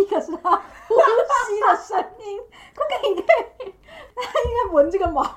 个是他呼吸的声音。Cookie， 你可以，他应该闻这个毛。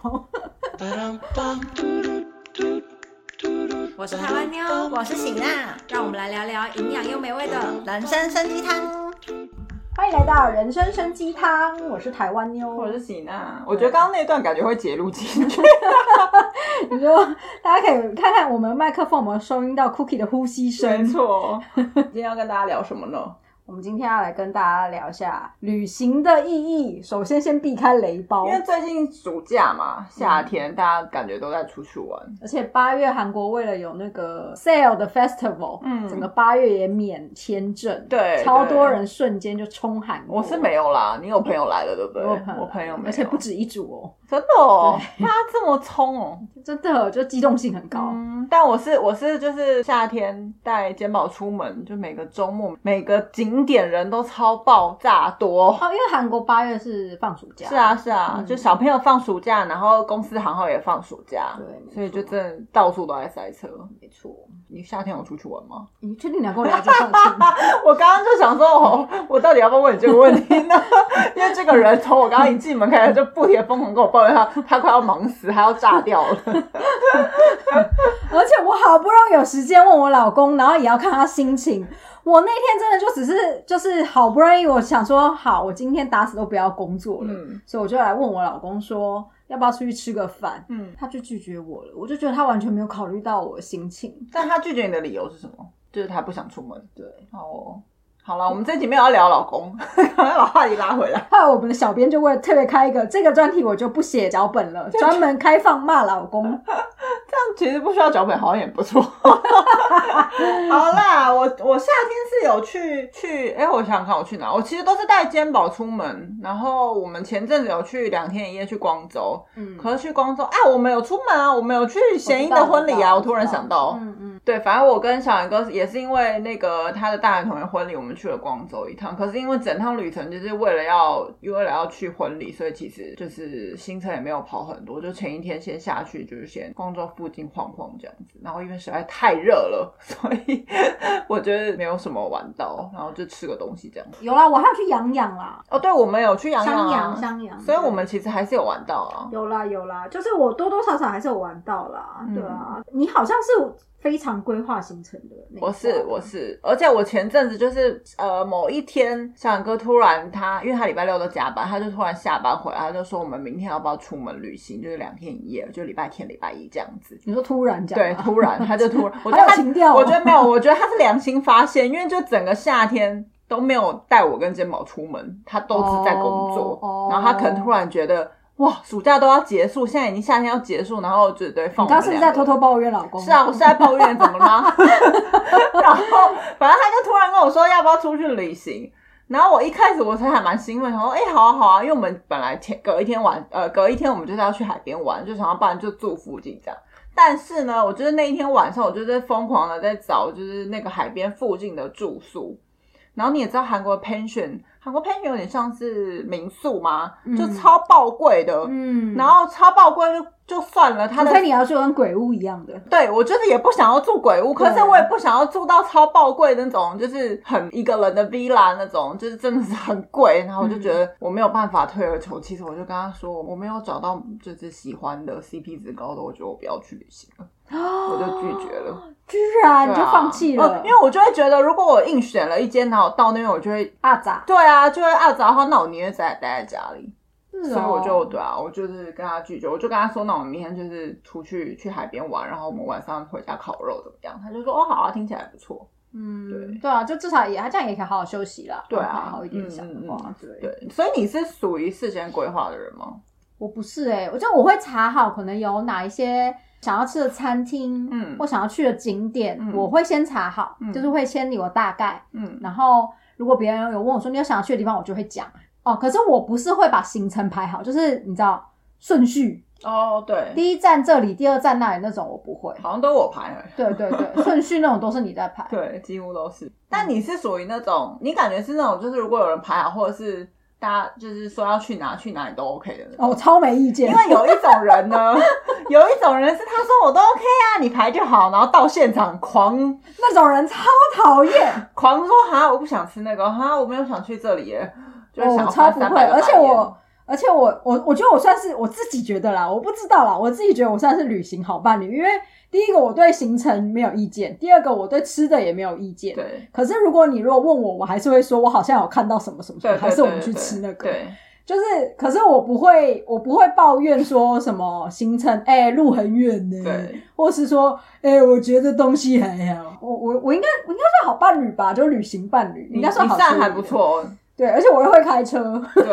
我是台湾妞， 我是喜娜， 让我们来聊聊营养又美味的人生参鸡汤。 欢迎来到人生参鸡汤，我是台湾妞， 我是喜娜。我觉得刚刚那段感觉会截录进去。 你说大家可以看看我们麦克风有没有收音到 Cookie 的呼吸声。 没错。今天要跟大家聊什么呢？ 我们今天要来跟大家聊一下旅行的意义。首先先避开雷包， 因为最近暑假嘛，夏天大家感觉都在出去玩， 而且8月韩国为了有那个 sale 的 festival，整个8月也免签证， 对， 超多人瞬间就冲韩国。 我是没有啦，你有朋友来了对不对？我朋友没有， 而且不止一组哦。 真的哦，大家这么冲哦， 真的就机动性很高。 但我是就是夏天带肩膀出门，就每个周末每个景点人都超爆炸多哦，因为韩国8月是放暑假。 是啊，就小朋友放暑假，然后公司行号也放暑假，对，所以就真的到处都在塞车。 没错。 你夏天有出去玩吗？ 你确定你要跟我聊这事情吗？ 我刚刚就想说，我到底要不要问你这个问题呢？因为这个人从我刚刚一进门开始就不停疯狂跟我抱怨他快要忙死，他要炸掉了。 而且我好不容易有时间问我老公，然后也要看他心情。我那天真的就只是就是好不容易，我想说好，我今天打死都不要工作了，所以我就来问我老公说要不要出去吃个饭。他就拒绝我了，我就觉得他完全没有考虑到我的心情。 但他拒绝你的理由是什么？就是他不想出门。对，好了，我们这集没有要聊老公，赶快把话题拉回来。 后来我们的小编就会特别开一个这个专题，我就不写脚本了，专门开放骂老公。 这样其实不需要脚本，好像也不错。好啦，我夏天是有去，我想想看我去哪。我其实都是带肩膀出门，然后我们前阵子有去2天1夜去光州。可是去光州我们有出门啊，我们有去贤英的婚礼啊。我突然想到，对，反正我跟小杨哥也是因为那个他的大学同学婚礼，我们去了光州一趟。可是因为整趟旅程就是为了要去婚礼，所以其实就是行程也没有跑很多，就前一天先下去，就是先光州附近晃晃这样子。然后因为实在太热了，所以我觉得没有什么玩到，然后就吃个东西这样子。 有啦，我还要去养养啦。 哦，对，我们有去养养啊， 襄阳， 所以我们其实还是有玩到啊。 有啦，就是我多多少少还是有玩到啦。对啊，你好像是非常规划行程的那个。 我是，而且我前阵子就是某一天，小杨哥突然因为他礼拜6都加班，他就突然下班回来，他就说我们明天要不要出门旅行，就是2天1夜，就礼拜天礼拜1这样子。 你说突然讲？ 对，突然他就突然，我觉得他情调。 我觉得没有，我觉得他是良心发现，因为就整个夏天都没有带我跟肩膀出门，他都是在工作，然后他可能突然觉得。哇，暑假都要结束，现在已经夏天要结束，然后就对放我们两个。你刚是不是在偷偷抱怨老公？ 是啊，我是在抱怨，怎么了吗？然后反正他就突然跟我说要不要出去旅行，然后我一开始我才还蛮兴奋，想说好啊，因为我们本来隔一天我们就是要去海边玩，就想要不然就住附近这样。但是呢，我就是那一天晚上，我就在疯狂的在找就是那个海边附近的住宿。然后你也知道韩国 pension 有点像是民宿嘛，就超爆贵的，然后超爆贵就算了， 除非你要住跟鬼屋一样的。 对，我就是也不想要住鬼屋，可是我也不想要住到超爆贵的那种，就是很一个人的 villa 那种，就是真的是很贵。然后我就觉得我没有办法退而求其次，我就跟他说我没有找到就是喜欢的 CP 值高的，我觉得我不要去旅行了。我就拒绝了。 居然你就放弃了？ 因为我就会觉得，如果我硬选了一间，然后到那边我就会杂。 对啊，就会杂的话，那我宁愿待在家里。所以我就我就是跟他拒绝，我就跟他说，那我们明天就是出去海边玩，然后我们晚上回家烤肉怎么样？他就说好啊，听起来不错。 对啊，就至少他这样也可以好好休息啦。 对啊， 好一点想法。 对，所以你是属于事先规划的人吗？ 我不是我会查好可能有哪一些想要吃的餐厅，或想要去的景点，我会先查好，就是会先有大概，然后如果别人有问我说你有想要去的地方，我就会讲。可是我不是会把行程排好，就是你知道顺序。 对， 第一站这里，第二站那里那种我不会， 好像都我排。 对，顺序那种都是你在排。 对，几乎都是。但你是属于那种，你感觉是那种，就是如果有人排好，或者是大家就是说要去哪里都 OK 的那种。 哦，超没意见。 因为有一种人呢，有一种人是他说我都 OK 啊，你排就好，然后到现场那种人超讨厌， 狂说哈我不想吃那个，哈我没有想去这里耶，就是想要超不会。而且我觉得我算是我自己觉得啦，我不知道啦，我自己觉得我算是旅行好伴侣，因为第一个我对行程没有意见，第二个我对吃的也没有意见。 对。 可是如果问我还是会说我好像有看到什么什么，还是我们去吃那个。对。就是，可是我不会抱怨说什么行程路很远呢，对，或是说我觉得东西还好，我应该算好伴侣吧，就旅行伴侣，应该算好。 你算还不错。 对，而且我又会开车，对，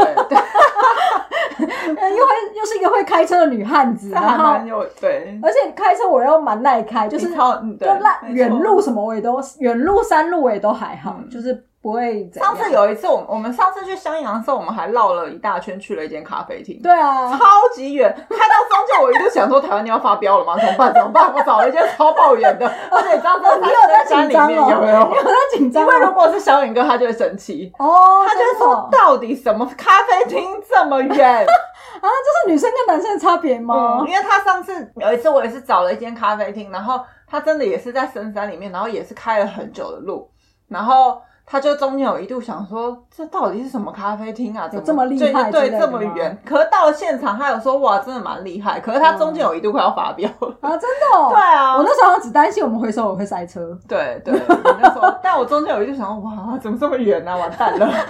又是一个会开车的女汉子，然后对， 而且开车我又蛮耐开，就是远路什么远路山路我也都还好，就是不会怎样。 上次有一次我们上次去襄阳的时候，我们还绕了一大圈去了一间咖啡厅。 对啊， 超级远，开到中间我一直想说台湾你要发飙了吗？怎么办？我找了一间超爆远的，而且你知道这你有在紧张哦？ 有没有？ 你有在紧张？ 因为如果是小远哥，他就会生气哦， 他就会说到底什么咖啡厅这么远啊？这是女生跟男生的差别吗？ 因为他上次有一次我也是找了一间咖啡厅，然后他真的也是在深山里面，然后也是开了很久的路，然后他就中间有一度想说这到底是什么咖啡厅啊， 有这么厉害？ 对，这么远。可是到了现场他有说哇真的蛮厉害，可是他中间有一度快要发飙了啊，真的哦？ 对啊，我那时候只担心我们回收我会塞车。 对你那时候但我中间有一度想说哇怎么这么远啊，完蛋了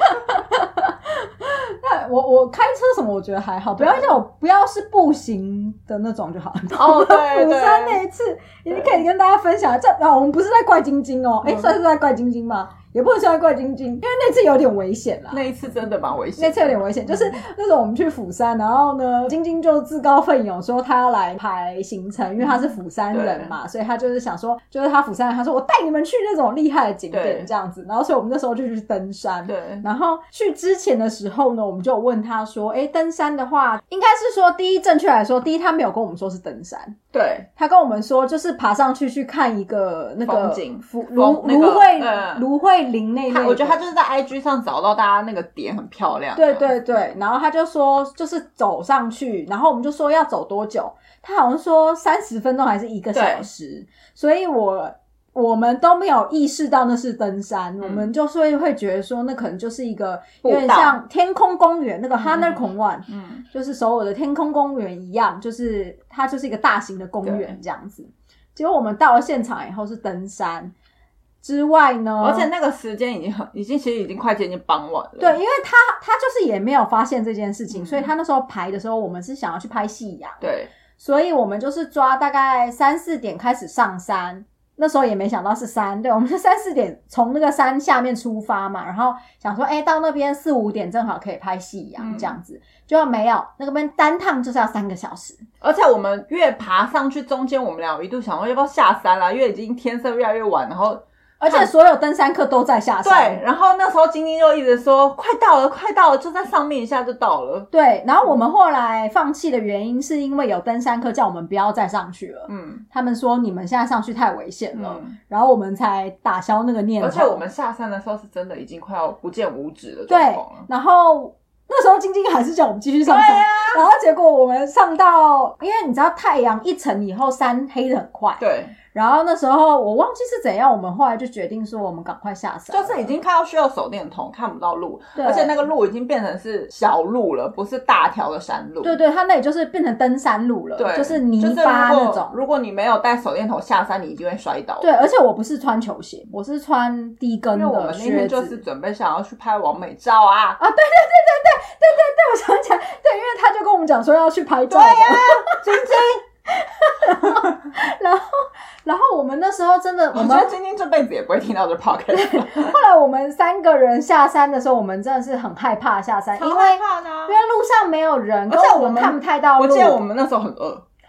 那我开车什么我觉得还好，不要是步行的那种就好。 哦，对， 釜山那一次已经可以跟大家分享。我们不是在怪晶晶哦，算是在怪晶晶吗？也不能说在怪晶晶，因为那次有点危险啦。 那一次真的蛮危险。 那次有点危险，就是那种我们去釜山，然后呢，晶晶就自告奋勇说她要来排行程，因为她是釜山人嘛，所以她就是想说，就是她釜山人，她说我带你们去那种厉害的景点这样子。然后所以我们那时候就去登山。 对。 然后去之前的时候呢，我们就有问她说，登山的话，应该是说正确来说，第一她没有跟我们说是登山。 对。 她跟我们说就是爬上去看一个那个风景， 芦荟林那我觉得他就是在 IG 上找到大家那个点很漂亮。 对，然后他就说就是走上去，然后我们就说要走多久，他好像说30分钟还是1个小时，所以我们都没有意识到那是登山，我们就是会觉得说那可能就是一个有点像天空公园那个 Hanner Konwan，就是首尔的天空公园一样，就是它就是一个大型的公园这样子。结果我们到了现场以后是登山之外呢， 而且那个时间其实已经快接近傍晚了。 对，因为他就是也没有发现这件事情，所以他那时候排的时候，我们是想要去拍夕阳。 对， 所以我们就是抓大概3、4点开始上山。那时候也没想到是山，对，我们是3、4点从那个山下面出发嘛，然后想说到那边4、5点正好可以拍夕阳这样子，结果没有，那边单趟就是要3个小时。 而且我们越爬上去，中间我们俩一度想说要不要下山啦，因为已经天色越来越晚，然后而且所有登山客都在下山。 对，然后那时候晶晶就一直说快到了，就在上面一下就到了。 对，然后我们后来放弃的原因是因为有登山客叫我们不要再上去了。他们说你们现在上去太危险了，然后我们才打消那个念头。 而且我们下山的时候是真的已经快要不见五指的状况了。 对，然后那时候晶晶还是叫我们继续上山，然后结果我们上到，因为你知道太阳一沉以后山黑得很快。 对。 然后那时候我忘记是怎样，我们后来就决定说我们赶快下山， 就是已经看到需要手电筒看不到路，而且那个路已经变成是小路了，不是大条的山路。 对，它那里就是变成登山路了，对，就是泥巴那种。 如果你没有带手电筒下山，你一定会摔倒。 对，而且我不是穿球鞋，我是穿低跟的靴子。因为我们那天就是准备想要去拍完美照啊！ 对，我想起来，对，因为他就跟我们讲说要去拍照。 对呀，晶晶。 然后我们那时候真的， 我觉得晶晶这辈子也不会听到这 podcast。 后来我们3个人下山的时候，我们真的是很害怕下山，因为路上没有人，而且我们看不太到路。 我记得我们那时候很饿，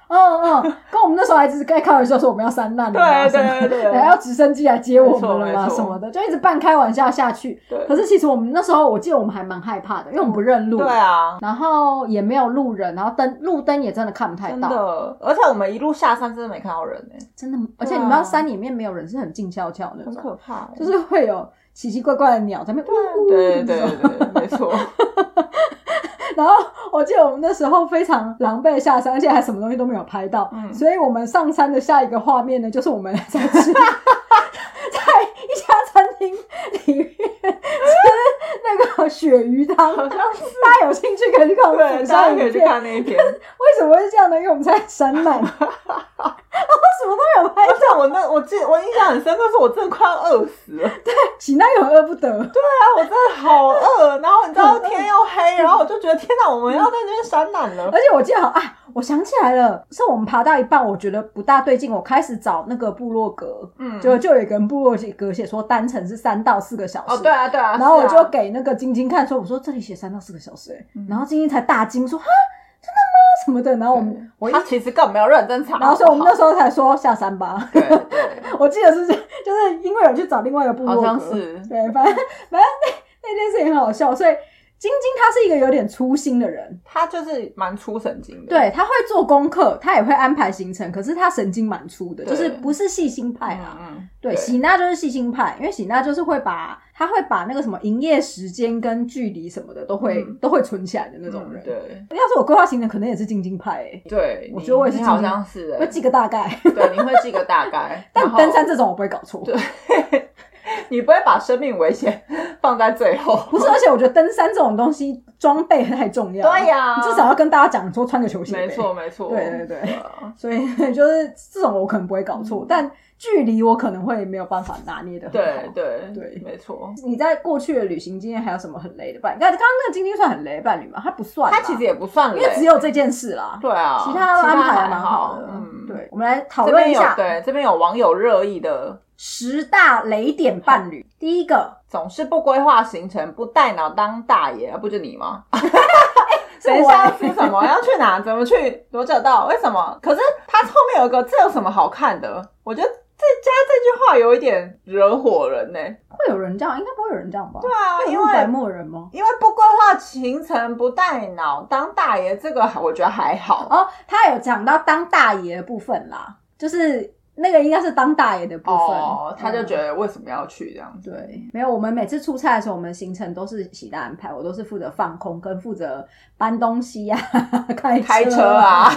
跟我们那时候还只是该开玩笑说我们要山难了嘛， 对， 还要直升机来接我们了嘛什么的，就一直半开玩笑下去。可是其实我们那时候我记得我们还蛮害怕的，因为我们不认路。 对啊， 然后也没有路人，然后路灯也真的看不太到。 真的，而且我们一路下山真的没看到人真的，而且你们知道山里面没有人，是很静悄悄的， 很可怕就是会有奇奇怪怪的鸟在那边对，没错。 然后我记得我们那时候非常狼狈下山，而且还什么东西都没有拍到，所以我们上山的下一个画面呢，就是我们在吃在一家餐厅里面吃那个鳕鱼汤， 好像是大家有兴趣可以去看我们对，大家可以去看那一篇。 为什么会这样呢？因为我们在山南，然后什么都有拍到。 我印象很深刻，是我真的快要饿死了。 对，喜娜又很饿不得。对啊，我真的好饿，然后你知道天又黑，然后我就觉得天哪，我们要在那边山南了。 而且我记得我想起来了，是我们爬到一半，我觉得不大对劲，我开始找那个部落格，就有一个人部落格写说单程是3到4个小时。 哦，对啊。 然后我就给那个晶晶看说，我说这里写3到4个小时然后晶晶才大惊说，哈，真的吗？什么的。然后他其实根本没有认真查， 然后所以我们那时候才说下山吧。 对， 我记得是就是因为有去找另外一个部落格， 好像是对，反正那件事情很好笑，所以晶晶他是一个有点粗心的人， 他就是蛮粗神经的。 对，他会做功课，他也会安排行程，可是他神经蛮粗的，就是不是细心派啊。对，喜娜就是细心派，因为喜娜就是他会把那个什么营业时间跟距离什么的都会存起来的那种人。 对， 要是我规划行程，可能也是晶晶派对， 我觉得我也是晶晶， 好像是会记个大概。 对，你会记个大概。 但登山这种我不会搞错。 对。你不会把生命危险放在最后。 不是，而且我觉得登山这种东西装备太重要。 对呀， 你至少要跟大家讲说穿个球鞋。 没错。 对，所以就是这种我可能不会搞错，但距离我可能会没有办法拿捏的很好。 对，没错。 你在过去的旅行经验还有什么很雷的伴侣？刚刚那个晶晶算很雷的伴侣吗？他不算， 他其实也不算雷， 因为只有这件事啦。 对啊， 其他都安排的蛮好的。对，我们来讨论一下。 对，这边有网友热议的 10大雷点伴侣。第一个， 总是不规划行程，不带脑当大爷，不就你吗？ 等一下要吃什么？要去哪？怎么去？多久到？为什么？可是他后面有个，这有什么好看的？我觉得加这句话有一点惹火人会有人这样？应该不会有人这样吧？ 对啊， 因为白目人吗？ 因为不规划行程，不带脑当大爷，这个我觉得还好。 哦，他有讲到当大爷的部分啦，就是那个应该是当大爷的部分。 他就觉得为什么要去这样子？ 对，没有，我们每次出差的时候，我们行程都是喜大安排，我都是负责放空跟负责搬东西啊，开车啊。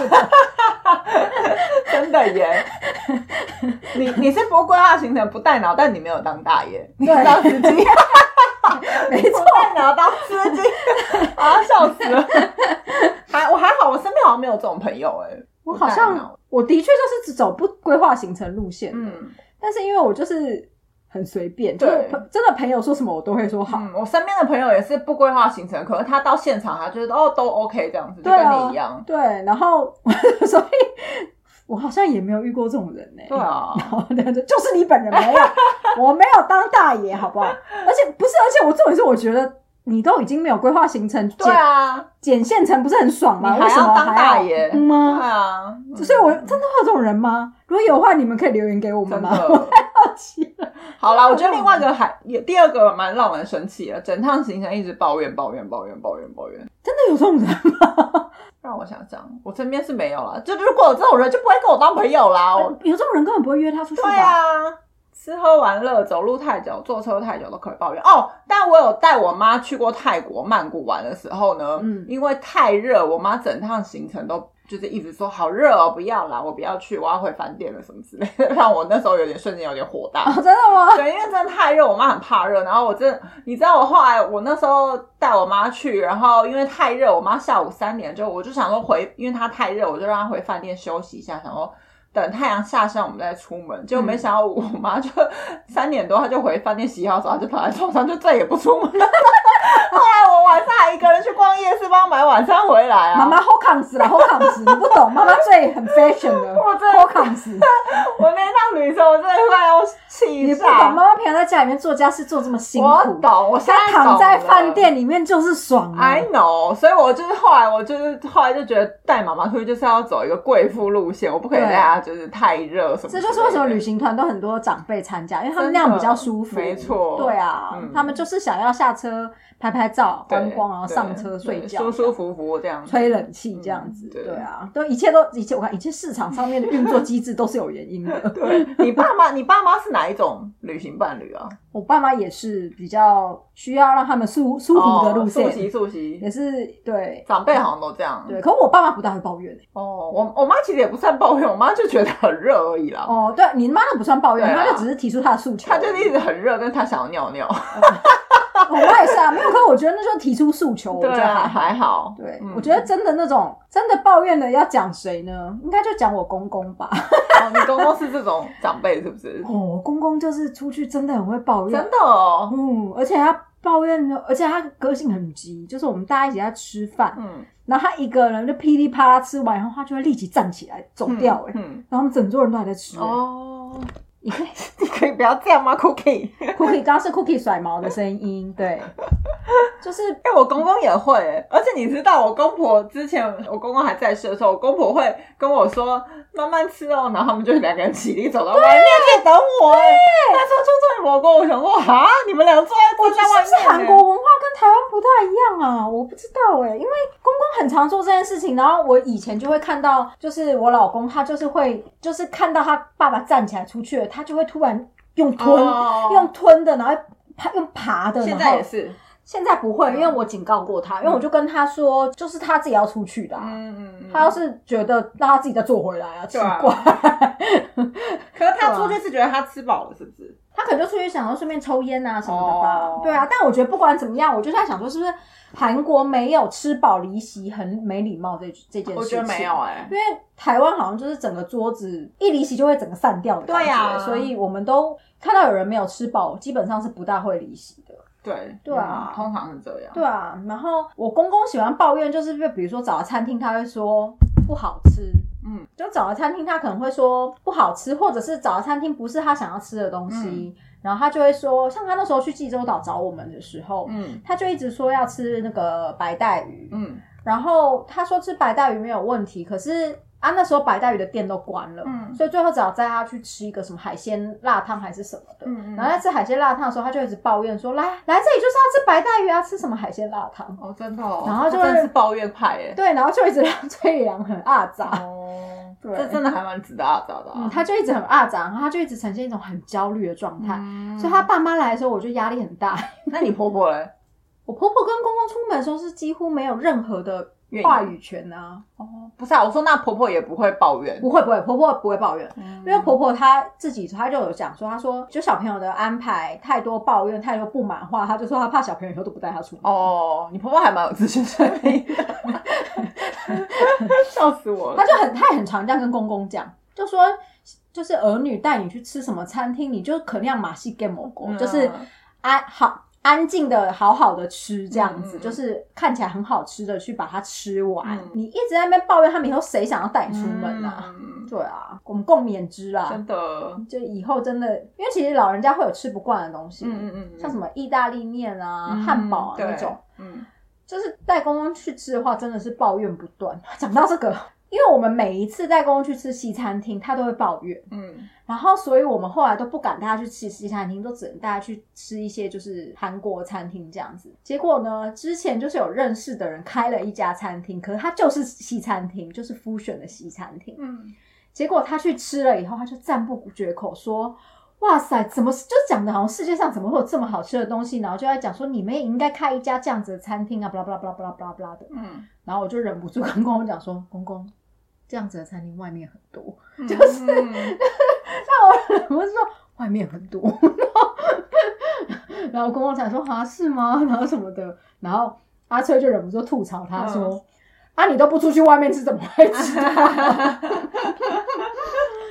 真的耶。你是不规划行程不带脑，但你没有当大爷，你是当司机。 没错， 不带脑当司机。笑死了。我还好，我身边好像没有这种朋友我好像我的确就是走不规划行程路线的，但是因为我就是很随便，就是真的朋友说什么我都会说好。 我身边的朋友也是不规划行程，可是他到现场他觉得都 OK 这样子，就跟你一样。 对，然后所以我好像也没有遇过这种人对啊， 就是你本人没有，我没有当大爷，好不好？而且我重点是我觉得你都已经没有规划行程， 对啊， 捡现成不是很爽吗？ 你还要当大爷吗？ 对啊， 所以我真的会有这种人吗？如果有的话，你们可以留言给我们吗？我太好奇了。 好啦，我觉得另外一个第二个蛮让人生气的，整趟行程一直抱怨。 真的有这种人吗？ 让我想想，我身边是没有啦。就如果有这种人，就不会跟我当朋友啦。 有这种人根本不会约他出去吧？ 对啊。吃喝玩乐走路太久坐车太久都可以抱怨但我有带我妈去过泰国曼谷玩的时候呢因为太热我妈整趟行程都就是一直说好热不要啦我不要去我要回饭店了什么之类的让我那时候瞬间有点火大真的吗？ 对因为真的太热我妈很怕热然后你知道我后来我那时候带我妈去然后因为太热我妈下午3点我就想说因为她太热我就让她回饭店休息一下想说等太阳下山我们再出门结果没想到我妈就3点多她就回饭店洗好澡她就躺在床上就再也不出门了后来我晚上还一个人去逛夜市帮他买晚餐回来啊。 妈妈好扛死啦，好扛死，你不懂，妈妈最很 fashion 的， 我真的好扛死。 我那趟旅程我真的快要气你不懂，妈妈平常在家里面做家事做这么辛苦， 我懂，我现在她躺在饭店里面就是爽了。 I know， 所以我就是后来就觉得带妈妈出去就是要走一个贵妇路线，我不可以带她就是太热什么。 这就是为什么旅行团都很多长辈参加，因为他们那样比较舒服。 没错， 对啊，他们就是想要下车拍拍照、观光，然后上车睡觉， 舒舒服服这样子， 吹冷气这样子。对啊，一切，我看一切市场上面的运作机制都是有原因的。 对，你爸妈是哪一种旅行伴侣啊？ 我爸妈也是比较需要让他们舒服的路线， 速习也是对， 长辈好像都这样。 对，可我爸妈不大会抱怨。 我妈其实也不算抱怨，我妈就觉得很热而已啦。 对，你妈那不算抱怨，她就只是提出她的诉求。 她就是一直很热，但是她想要尿尿。 我妈也是啊，没有，可我觉得那就提出诉求，我觉得还好。 对，我觉得真的那种真的抱怨的要讲谁呢？应该就讲我公公吧。 你公公是这种长辈是不是？ 我公公就是出去真的很会抱怨， 真的哦。 而且他抱怨的，而且他个性很急，就是我们大家一起在吃饭，然后他一个人就噼里啪啦吃完以后，他就会立即站起来走掉，然后我们整桌人都还在吃。你可以不要这样吗 ？Cookie 刚刚是 Cookie 甩毛的声音，对，就是我公公也会，而且你知道我公婆之前我公公还在世的时候，我公婆会跟我说慢慢吃哦，然后他们就两个人起立走到外面去等我。他说出这蘑菇，我想说哈，你们俩坐在外面。 是韩国文化跟台湾不太一样啊，我不知道因为公公很常做这件事情，然后我以前就会看到，就是我老公他就是会，就是看到他爸爸站起来出去了，他就会突然用吞的，然后用爬的。 现在也是。 现在不会，因为我警告过他，因为我就跟他说，就是他自己要出去的他要是觉得让他自己再坐回来啊，奇怪。 可是他出去是觉得他吃饱了，是不是？ 他可能就出去想要顺便抽烟啊什么的吧。对啊，但我觉得不管怎么样，我就在想说，是不是韩国没有吃饱离席很没礼貌这件事情？ 我觉得没有因为台湾好像就是整个桌子一离席就会整个散掉的感觉， 对啊， 所以我们都看到有人没有吃饱，基本上是不大会离席的。 对啊，通常是这样。 对啊，然后我公公喜欢抱怨，就是比如说找到餐厅，他会说不好吃。就找到餐厅，他可能会说不好吃，或者是找到餐厅不是他想要吃的东西，然后他就会说，像他那时候去济州岛找我们的时候，他就一直说要吃那个白带鱼，然后他说吃白带鱼没有问题，可是那时候白带鱼的店都关了，所以最后只好带他去吃一个什么海鲜辣汤还是什么的，然后在吃海鲜辣汤的时候，他就一直抱怨说，来这里就是要吃白带鱼啊，吃什么海鲜辣汤真的然后就真的是抱怨派耶。 对，然后就一直让崔宇良很杂对，这真的还蛮值得杂的他就一直很杂，然后他就一直呈现一种很焦虑的状态，所以他爸妈来的时候，我就压力很大。 那你婆婆嘞？ 我婆婆跟公公出门的时候是几乎没有任何的话语权啊。 不是我说那婆婆也不会抱怨。 不会，婆婆不会抱怨，因为婆婆她自己她就有讲说，她说就小朋友的安排太多抱怨太多不满话，她就说她怕小朋友以后都不带她出门。 你婆婆还蛮有自信水平的。笑死我了。 她也很常这样跟公公讲，就说就是儿女带你去吃什么餐厅，你就可能马戏 game 就是安静的好好的吃这样子，就是看起来很好吃的去把它吃完。你一直在那边抱怨，他们以后谁想要带你出门啊？对啊，我们共勉之啦。 真的， 就以后真的，因为其实老人家会有吃不惯的东西，像什么意大利面啊、汉堡那种，就是带公公去吃的话，真的是抱怨不断。讲到这个，因为我们每一次带公公去吃西餐厅，他都会抱怨，然后所以我们后来都不敢带他去吃西餐厅，都只能带他去吃一些就是韩国餐厅这样子。结果呢，之前就是有认识的人开了一家餐厅，可是他就是西餐厅，就是fusion的西餐厅。结果他去吃了以后，他就赞不绝口说，哇塞，怎么就讲的好像世界上怎么会有这么好吃的东西，然后就在讲说你们也应该开一家这样子的餐厅啊，blah blah blah blah blah blah 的。然后我就忍不住跟公公讲说，公公，这样子的餐厅外面很多，就是让我忍不住说外面很多。然后公公才说是吗？然后什么的，然后阿崔就忍不住吐槽他说，你都不出去外面吃怎么会知道？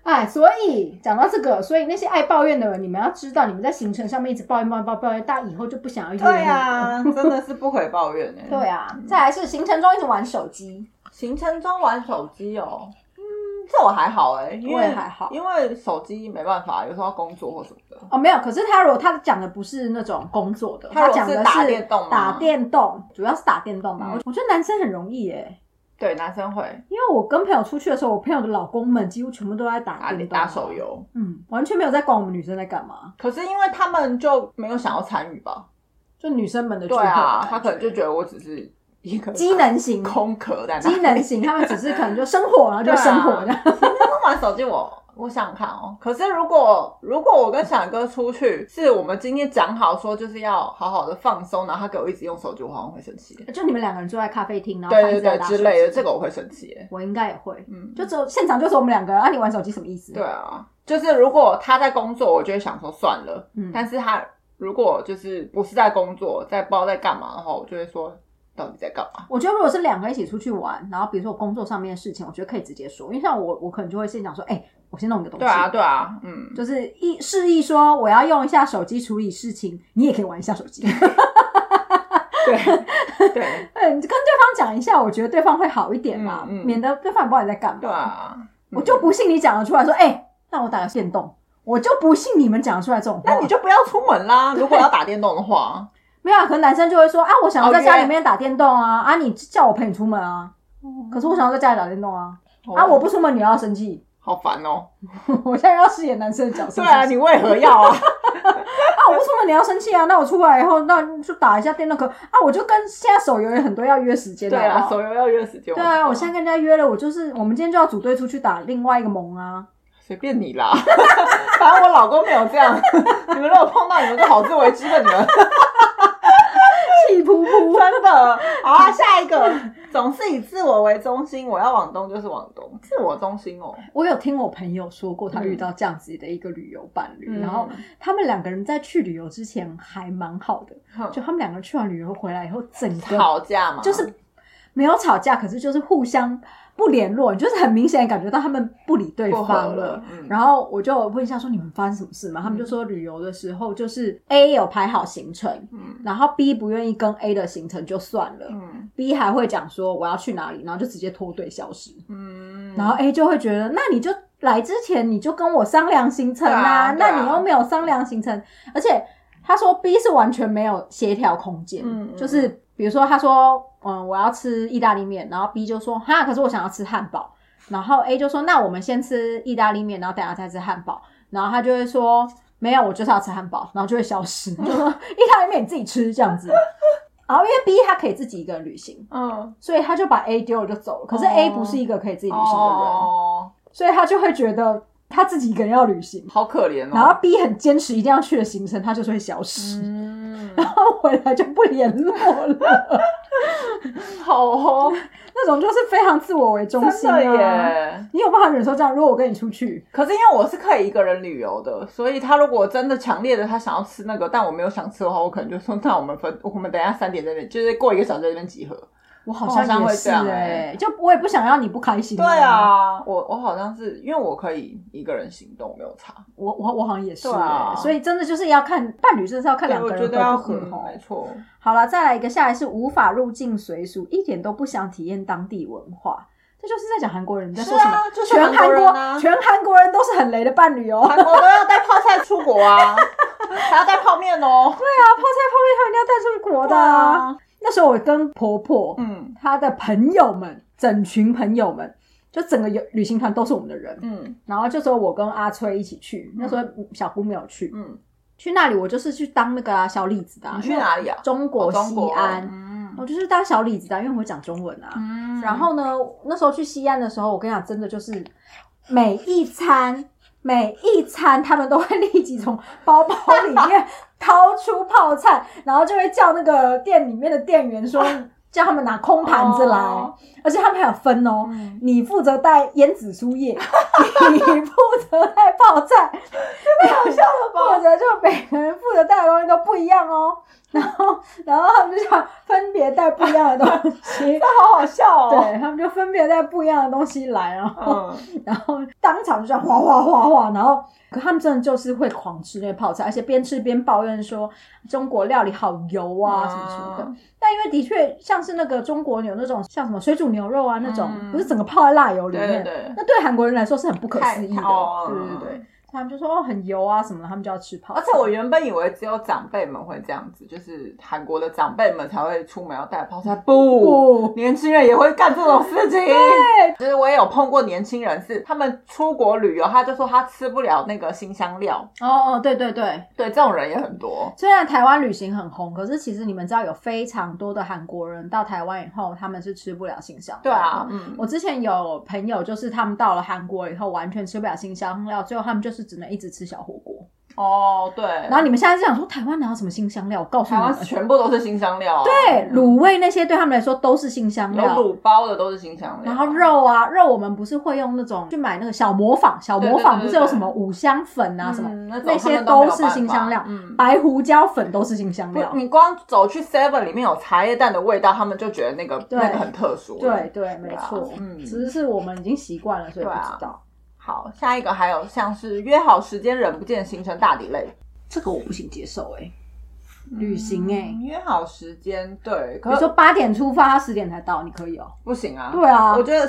所以讲到这个，所以那些爱抱怨的人，你们要知道，你们在行程上面一直抱怨，大家以后就不想要约。 对啊，真的是不可以抱怨对啊，再来是行程中一直玩手机。 行程中玩手机哦，这我还好我也还好， 因为手机没办法，有时候要工作或什么的。 没有，可是他讲的不是那种工作的，他讲的是打电动， 打电动，主要是打电动吧。我觉得男生很容易耶。 对，男生会， 因为我跟朋友出去的时候，我朋友的老公们几乎全部都在打电动、 打手游， 完全没有在管我们女生在干嘛。 可是因为他们就没有想要参与吧， 就女生们的聚会。 对啊，他可能就觉得我只是一个机能型空壳在那， 机能型，他们只是可能就生活，然后就生活这样。 玩手机我想想看哦，可是如果我跟小哥出去，是我们今天讲好说就是要好好的放松，然后他给我一直用手机，我好像会生气。 就你们两个人坐在咖啡厅，然后对之类的，这个我会生气。 我应该也会，就只有现场就是我们两个人啊，你玩手机什么意思？ 对啊，就是如果他在工作，我就会想说算了，但是他如果就是不是在工作，不知道在干嘛的话，我就会说到底在干嘛。 我觉得如果是两个一起出去玩，然后比如说我工作上面的事情，我觉得可以直接说，因为像我可能就会先讲说，我先弄一个东西。 对啊， 就是示意说我要用一下手机处理事情，你也可以玩一下手机。 对， 你跟对方讲一下，我觉得对方会好一点嘛，免得对方也不知道你在干嘛。 对啊， 我就不信你讲得出来说，让我打个电动，我就不信你们讲得出来这种话。 那你就不要出门啦，如果要打电动的话。 没有啊，可能男生就会说我想要在家里面打电动啊，你叫我陪你出门啊，可是我想要在家里打电动啊，我不出门你要生气， 好烦哦。 我现在要饰演男生的角色。 对啊，你为何要啊？ 我不出门你要生气啊，那我出来以后那就打一下电动课我就跟现在手游有很多要约时间的。 对啊，手游要约时间。 对啊，我现在跟人家约了，我们今天就要组队出去打另外一个盟啊。 随便你啦，反正我老公没有这样。你们如果碰到，你们就好自为之吧，你们。 气噗噗， 真的。好啊，下一个，总是以自我为中心，我要往东就是往东，自我中心哦。 我有听我朋友说过，他遇到这样子的一个旅游伴侣，然后他们两个人在去旅游之前还蛮好的，就他们两个人去完旅游回来以后，整个吵架嘛， 就是没有吵架，可是就是互相不联络，你就是很明显感觉到他们不理对方了。然后我就问一下说，你们发生什么事吗？他们就说旅游的时候就是 A 有排好行程，然后 B 不愿意跟 A 的行程就算了，B 还会讲说我要去哪里，然后就直接脱队消失。然后 A 就会觉得，那你就来之前你就跟我商量行程啊，那你又没有商量行程，而且他说 B 是完全没有协调空间，就是比如说他说我要吃意大利面，然后 B 就说可是我想要吃汉堡，然后 A 就说那我们先吃意大利面，然后等一下再吃汉堡，然后他就会说没有，我就是要吃汉堡，然后就会消失，就说意大利面你自己吃这样子。然后因为 B 他可以自己一个人旅行，所以他就把 A 丢了就走了，可是 A 不是一个可以自己旅行的人，所以他就会觉得他自己一个人要旅行， 好可怜哦。 然后 B 很坚持一定要去的行程，他就是会消失，然后回来就不联络了。 好哦， 那种就是非常自我为中心啊。 真的耶， 你有办法忍受这样？如果我跟你出去， 可是因为我是可以一个人旅游的，所以他如果真的强烈的他想要吃那个，但我没有想吃的话，我可能就说那我们等一下3点在那边，就是过1个小时在那边集合。 我好像也是就我也不想让你不开心。 对啊，我好像是因为我可以一个人行动，没有差。 我好像也是所以真的就是要看伴侣，真的是要看两个人合不合没错。 好了，再来一个，下来是无法入境随俗，一点都不想体验当地文化。这就是在讲韩国人在说什么？ 就是全韩国人都是很雷的伴侣哦。 韩国都要带泡菜出国啊，还要带泡面哦。 对啊，泡菜泡面他们一定要带出国的那时候我跟婆婆她的朋友们，整群朋友们，就整个旅行团都是我们的人然后就说我跟阿崔一起去，那时候小姑没有去去那里我就是去当那个小李子的你去哪里啊？ 中国西安我就是当小李子的因为我会讲中文然后呢那时候去西安的时候，我跟你讲真的就是每一餐他们都会立即从包包里面掏出泡菜，然后就会叫那个店里面的店员说叫他们拿空盘子来，而且他们还有分哦，你负责带腌紫苏叶，你负责带泡菜，太好笑了吧？或者就每个人负责带的东西都不一样哦。然后他们就想分别带不一样的东西， 好好笑哦。 对，他们就分别带不一样的东西来，然后当场就这样哗哗哗哗，然后可他们真的就是会狂吃那些泡菜，而且边吃边抱怨说中国料理好油啊什么什么的。但因为的确像是那个中国有那种像什么水煮牛肉啊那种，不是整个泡在辣油里面， 对， 那对韩国人来说是很不可思议的。对。他们就说很油啊什么的，他们就要吃泡菜。 而且我原本以为只有长辈们会这样子，就是韩国的长辈们才会出门要带泡菜，不，年轻人也会干这种事情。 对， 其实我也有碰过年轻人，是他们出国旅游，他就说他吃不了那个辛香料。 对， 这种人也很多。 虽然台湾旅行很红，可是其实你们知道有非常多的韩国人到台湾以后，他们是吃不了辛香料。 对啊， 我之前有朋友就是他们到了韩国以后完全吃不了辛香料，最后他们就是只能一直吃小火锅。 对。 然后你们现在是想说台湾哪有什么辛香料？我告诉你们， 台湾全部都是辛香料。 对，卤味那些对他们来说都是辛香料， 有卤包的都是辛香料。 然后肉我们不是会用那种去买那个小磨坊不是有什么五香粉啊什么，那些都是辛香料。白胡椒粉都是辛香料。 你光走去 7 里面有茶叶蛋的味道，他们就觉得那个很特殊。 对，没错。只是我们已经习惯了，所以不知道。 好，下一个还有像是约好时间人不见，行程大delay， 这个我不行接受旅行约好时间，对， 比如说8点出发，他10点才到，你可以哦？ 不行啊。 对啊， 我觉得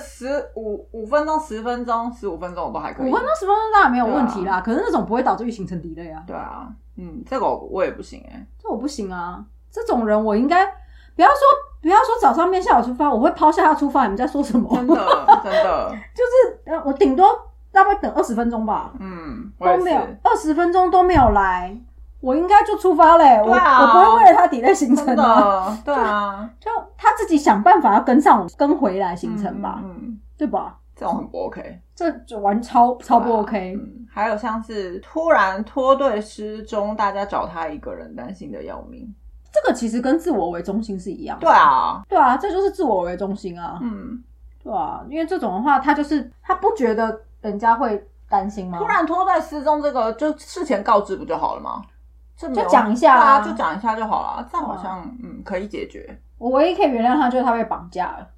5分钟、10分钟、15分钟我都还可以。 5分钟、10分钟当然没有问题啦，可是那种不会导致于行程 delay 啊。 对啊，这个我也不行这我不行啊，这种人我应该不要说早上面下午出发，我会抛下他出发，你们在说什么？ 真的就是我顶多大概等20分钟吧，都没有20分钟都没有来，我应该就出发嘞。我不会为了他 delay 行程啊。 对啊， 就他自己想办法要跟回来行程吧，对吧？ 这种很不 OK， 这就完超不 OK。 还有像是突然脱队失踪，大家找他一个人，担心的要命。 这个其实跟自我为中心是一样的。 对啊， 这就是自我为中心啊。对啊，因为这种的话，他不觉得人家会担心吗？ 突然脱队失踪，这个就事前告知不就好了吗？ 就讲一下啊，就讲一下就好了，这样好像可以解决。 我唯一可以原谅他就是他被绑架了。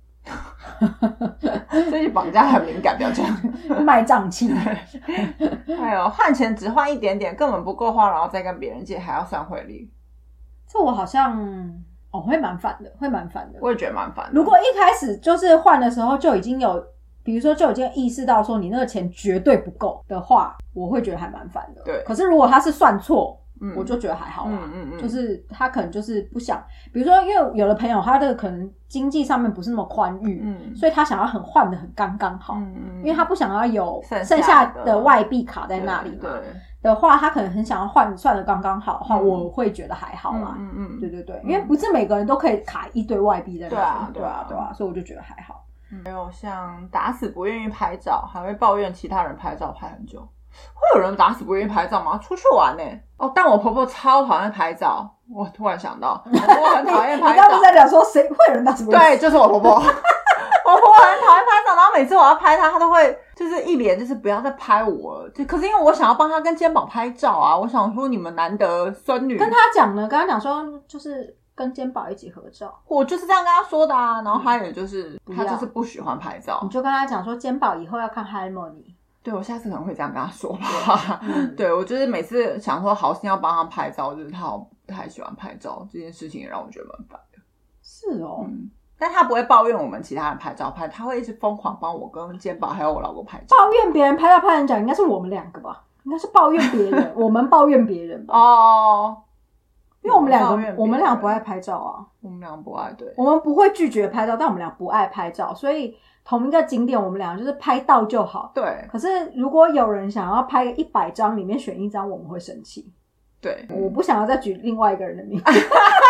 所以绑架很敏感，不要这样。 卖胀气。 还有换钱只换一点点，根本不够花，然后再跟别人借，还要算汇率。 这我好像会蛮烦的， 我也觉得蛮烦的。 如果一开始就是换的时候就已经有，比如说就已经意识到说你那个钱绝对不够的话，我会觉得还蛮烦的。 对。 可是如果他是算错，我就觉得还好啦。就是他可能就是不想，比如说因为有的朋友他的可能经济上面不是那么宽裕，所以他想要换的很刚刚好，因为他不想要有剩下的外币卡在那里嘛。的话，他可能很想要算的刚刚好的话，我会觉得还好啦。对，因为不是每个人都可以卡一堆外币在那里。对啊，所以我就觉得还好。 还有像打死不愿意拍照，还会抱怨其他人拍照拍很久。会有人打死不愿意拍照吗？出去玩但我婆婆超讨厌拍照。我突然想到，我婆婆很讨厌拍照。 你刚不是在讲说谁会有人打死不愿意？ 对，就是我婆婆。我婆婆很讨厌拍照，然后每次我要拍她，她都会就是一脸就是不要再拍我了。可是因为我想要帮她跟肩膀拍照啊，我想说你们难得孙女， 跟她讲说就是跟肩膀一起合照。 我就是这样跟她说的啊，然后她也就是她就是不喜欢拍照。 你就跟她讲说肩膀以后要看 harmony。 对，我下次可能会这样跟他说吧。对，我就是每次想说好心要帮他拍照，就是他好不太喜欢拍照这件事情，也让我觉得蛮烦的。 是哦， 但他不会抱怨我们其他人拍照他会一直疯狂帮我跟肩膀还有我老公拍照。 抱怨别人拍照拍人脚，应该是我们两个吧？应该是抱怨别人，我们抱怨别人吧？因为我们两个不爱拍照啊。 我们两个不爱，对， 我们不会拒绝拍照，但我们俩不爱拍照，所以同一个景点我们俩就是拍到就好。 对。 可是如果有人想要拍个100张里面选1张，我们会生气。 对。 我不想要再举另外一个人的名字。对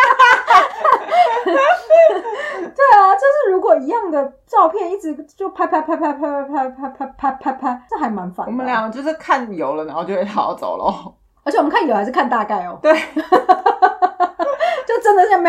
啊，就是如果一样的照片一直就拍，这还蛮烦的。 我们俩就是看油了，然后就会好好走咯。 而且我们看油还是看大概哦。 对。 就真的像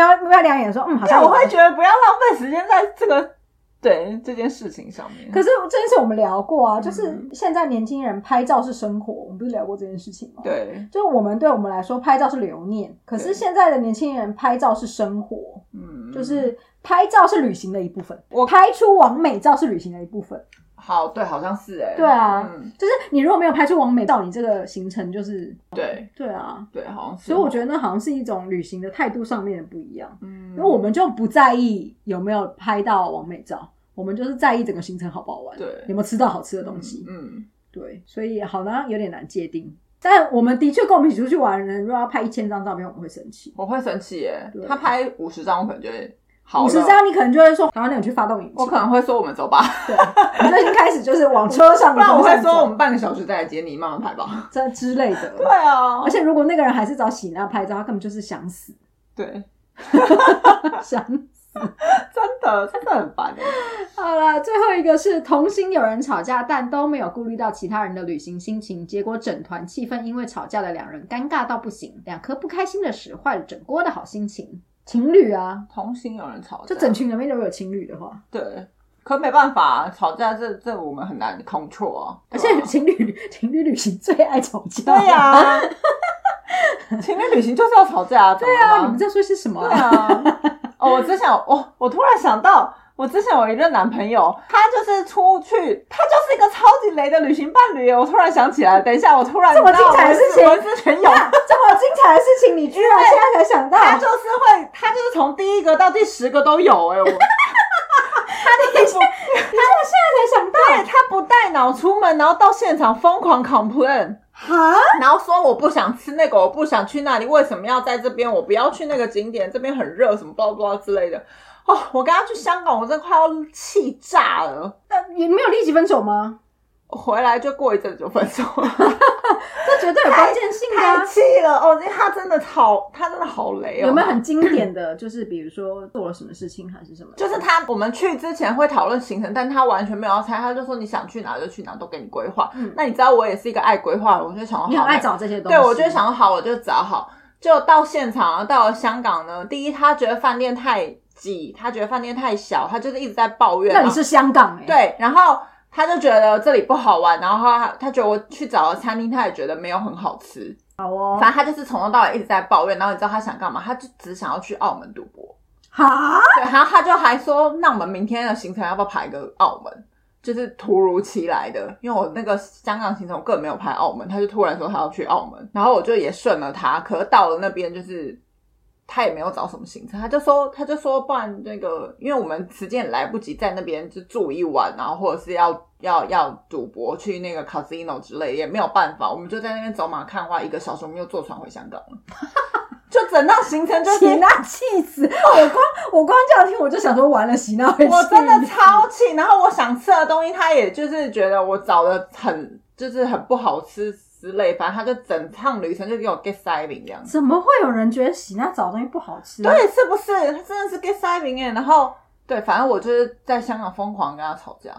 瞄两眼说好像我会觉得不要浪费时间在这件事情上面。 可是这件事我们聊过啊，就是现在年轻人拍照是生活，我们不是聊过这件事情吗？ 对， 就是对我们来说拍照是留念，可是现在的年轻人拍照是生活，就是拍照是旅行的一部分，拍出完美照是旅行的一部分。 好，对，好像是对啊，就是你如果没有拍出完美照，你这个行程就是对啊， 对，好像是。 所以我觉得那好像是一种旅行的态度上面的不一样。因为我们就不在意有没有拍到完美照，我们就是在意整个行程好不好玩，对，有没有吃到好吃的东西。对，所以好像有点难界定。但我们的确跟我们一起出去玩的人，如果要拍1000张照片，我们会生气。 我会生气耶，他拍50张，我可能就会。 50张你可能就会说好，那你去发动引擎。 我可能会说我们走吧。 对，你就已经开始就是往车上， 不然我会说我们半个小时再来接你，慢慢拍吧， 这之类的。 对啊， 而且如果那个人还是找喜娜拍照，他根本就是想死。 对， 想死， 真的很烦。 好了，最后一个是同行有人吵架，但都没有顾虑到其他人的旅行心情，结果整团气氛因为吵架的2人尴尬到不行，2颗不开心的屎坏了整锅的好心情。情侣啊， 同行有人吵架， 就整群里面都有情侣的话， 对，可没办法，吵架这我们很难 control 啊。 而且情侣旅行最爱吵架。 对啊，情侣旅行就是要吵架。 对啊，你们在说些什么啊？ 对啊，我突然想到。我之前有一任男朋友，他就是出去，他就是一个超级雷的旅行伴侣。我突然想起来了，等一下，我突然这么精彩的事情， 文思泉涌， 这么精彩的事情，你居然现在才想到？ 他就是从第1个到第10个都有我。 你现在才想到？ 对，他不带脑出门，然后到现场疯狂 complain。然后说我不想吃那个，我不想去那里，为什么要在这边？我不要去那个景点，这边很热，什么 blah blah 之类的。我跟他去香港，我真的快要气炸了。 也没有立即分手吗？ 回来就过一阵就分手了。 这绝对有关键性的。 太气了他真的好雷有没有很经典的就是比如说做了什么事情还是什么？ 就是我们去之前会讨论行程，但他完全没有要猜，他就说你想去哪就去哪，都给你规划。那你知道我也是一个爱规划的，我就想好， 你很爱找这些东西。 对，我就想好我就找好。就到现场到了香港呢，第一他觉得饭店太挤，他觉得饭店太小，他就是一直在抱怨。 那你是香港对，然后他就觉得这里不好玩，然后他觉得我去找的餐厅他也觉得没有很好吃。 好哦， 反正他就是从头到尾一直在抱怨，然后你知道他想干嘛？他就只想要去澳门赌博。对，然后他就还说那我们明天的行程要不要排个澳门，就是突如其来的，因为我那个香港行程我根本没有排澳门，他就突然说他要去澳门，然后我就也顺了他，可是到了那边就是他也没有找什么行程，他就说不然那个，因为我们时间也来不及在那边就住一晚，然后或者是要赌博去那个 casino 之类，也没有办法，我们就在那边走马看花1个小时，我们又坐船回香港了。就整趟行程就是喜娜气死我光这样听我就想说完了，喜娜会气， 我真的超气。然后我想吃的东西他也就是觉得我找的很不好吃之类，反正他就整趟旅程就给我 get saving 这样子。 怎么会有人觉得喜娜找的东西不好吃？ 对，是不是他真的是 get saving 耶。然后对，反正我就是在香港疯狂跟他吵架。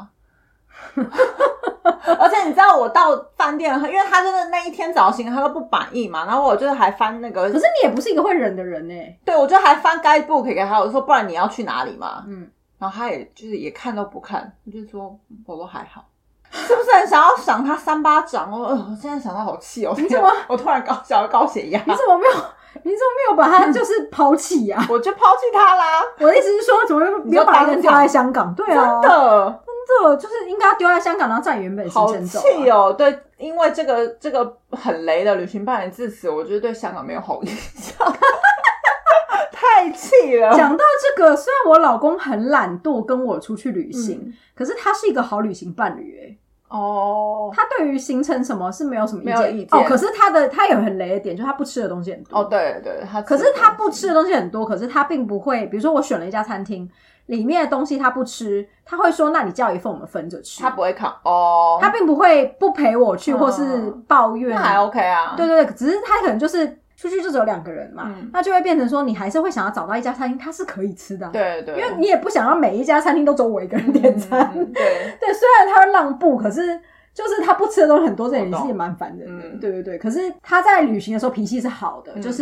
而且你知道我到饭店，因为他就是那一天找行程他都不满意嘛，然后我就是还翻那个， 可是你也不是一个会忍的人对，我就还翻 guidebook 给他，我说不然你要去哪里嘛，然后他也就是也看都不看，我就说我都还好。是不是很想要赏他3巴掌？我现在想到好气哦！ 你怎么？ 我突然高血压。 你怎么没有把他就是抛弃啊？ 我就抛弃他啦！ 我的意思是说，怎么没有把人丢在香港？对啊， 真的就是应该丢在香港，然后占原本行程走。 好气哦！对，因为这个很雷的旅行伴侣致辞，我觉得对香港没有好印象。太气了！ 讲到这个，虽然我老公很懒惰跟我出去旅行，可是他是一个好旅行伴侣他对于行程什么是没有什么意见可是他有很雷的点，就是他不吃的东西很多对， 可是他不吃的东西很多，可是他并不会，比如说我选了一家餐厅，里面的东西他不吃，他会说那你叫一份我们分着吃， 他不会扛他并不会不陪我去或是抱怨， 那还 OK 啊。 对，只是他可能就是出去就只有2个人嘛，那就会变成说你还是会想要找到一家餐厅它是可以吃的对， 因为你也不想要每一家餐厅都只有我一个人点餐对， 虽然他会让步，可是就是他不吃的东西很多，这点也是蛮烦人的对，可是他在旅行的时候脾气是好的，就是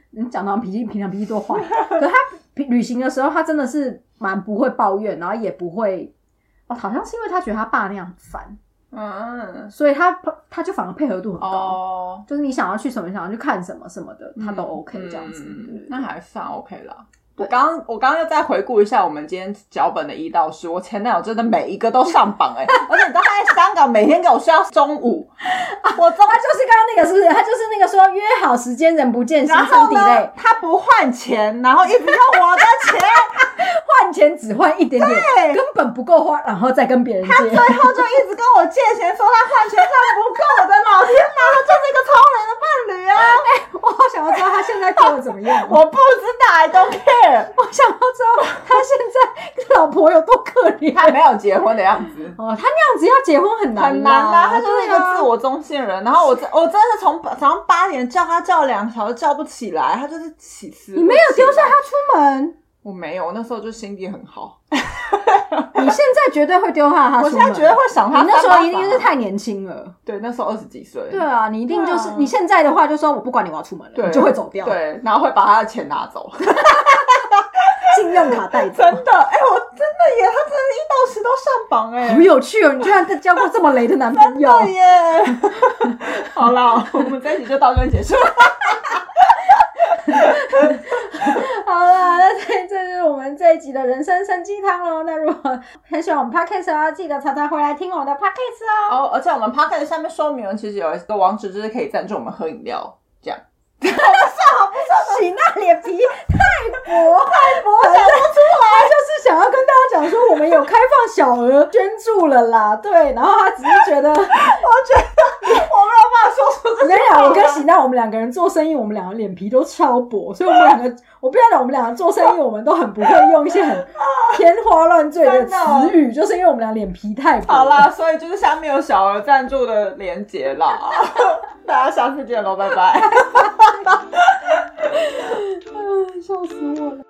你讲到平常脾气多坏，可是他旅行的时候，他真的是蛮不会抱怨，然后也不会好像是因为他觉得他爸那样很烦，所以他就反而配合度很高，就是你想要去什么，想要去看什么什么的，他都 OK 这样子， 那还算 OK 啦。我刚刚又再回顾一下我们今天脚本的1到10，我前男友真的每一个都上榜而且你知道他在香港每天给我睡到中午，他就是刚刚那个是不是？他就是那个说约好时间人不见，行程 delay， 他不换钱，然后一直用我的钱， 换钱只换一点点，根本不够花，然后再跟别人借。 他最后就一直跟我借钱，说他换钱算不够。我的老天哪，他就是一个超人的伴侣啊！ 我好想要知道他现在过得怎么样。 我不知道 ，I don't care。 我想要知道他现在老婆有多可怜。 他没有结婚的样子。 他那样子要结婚很难很难啊！他就是一个自我中心人。然后我真的是从早上8点叫他叫2小时叫不起来，他就是起死。 你没有丢下他出门？ 我没有，我那时候就心地很好。 你现在绝对会丢下他出门。 我现在绝对会想他。 你那时候一定是太年轻了。 对，那时候20几岁。 对啊，你一定就是你现在的话，就说我不管你，我要出门了，你就会走掉。 对，然后会把他的钱拿走。 信用卡带走。 真的，我真的耶，他真的1到10都上榜好有趣哦！你居然交过这么雷的男朋友。 真的耶。好啦，我们这一集就到这边结束。 好啦，那这是我们这一集的人生参鸡汤咯。那如果很喜欢我们 Podcast 的话，记得常常回来听我们的 Podcast 哦。 而且我们 Podcast 下面说明其实有一个网址，就是可以赞助我们喝饮料，这样。 好不错，喜那脸皮太薄，讲不出来，就是想要跟大家讲说，我们有开放小额捐助了啦。对，然后他只是觉得，我觉得我没有办法说出这句话。 我跟喜那我们2个人做生意，我们2个脸皮都超薄，所以我们2个，我不要讲我们2个做生意，我们都很不会用一些很天花乱坠的词语，就是因为我们俩脸皮太薄。 好啦，所以就是下面有小额赞助的连结啦。大家下次见咯，拜拜。 笑死我了。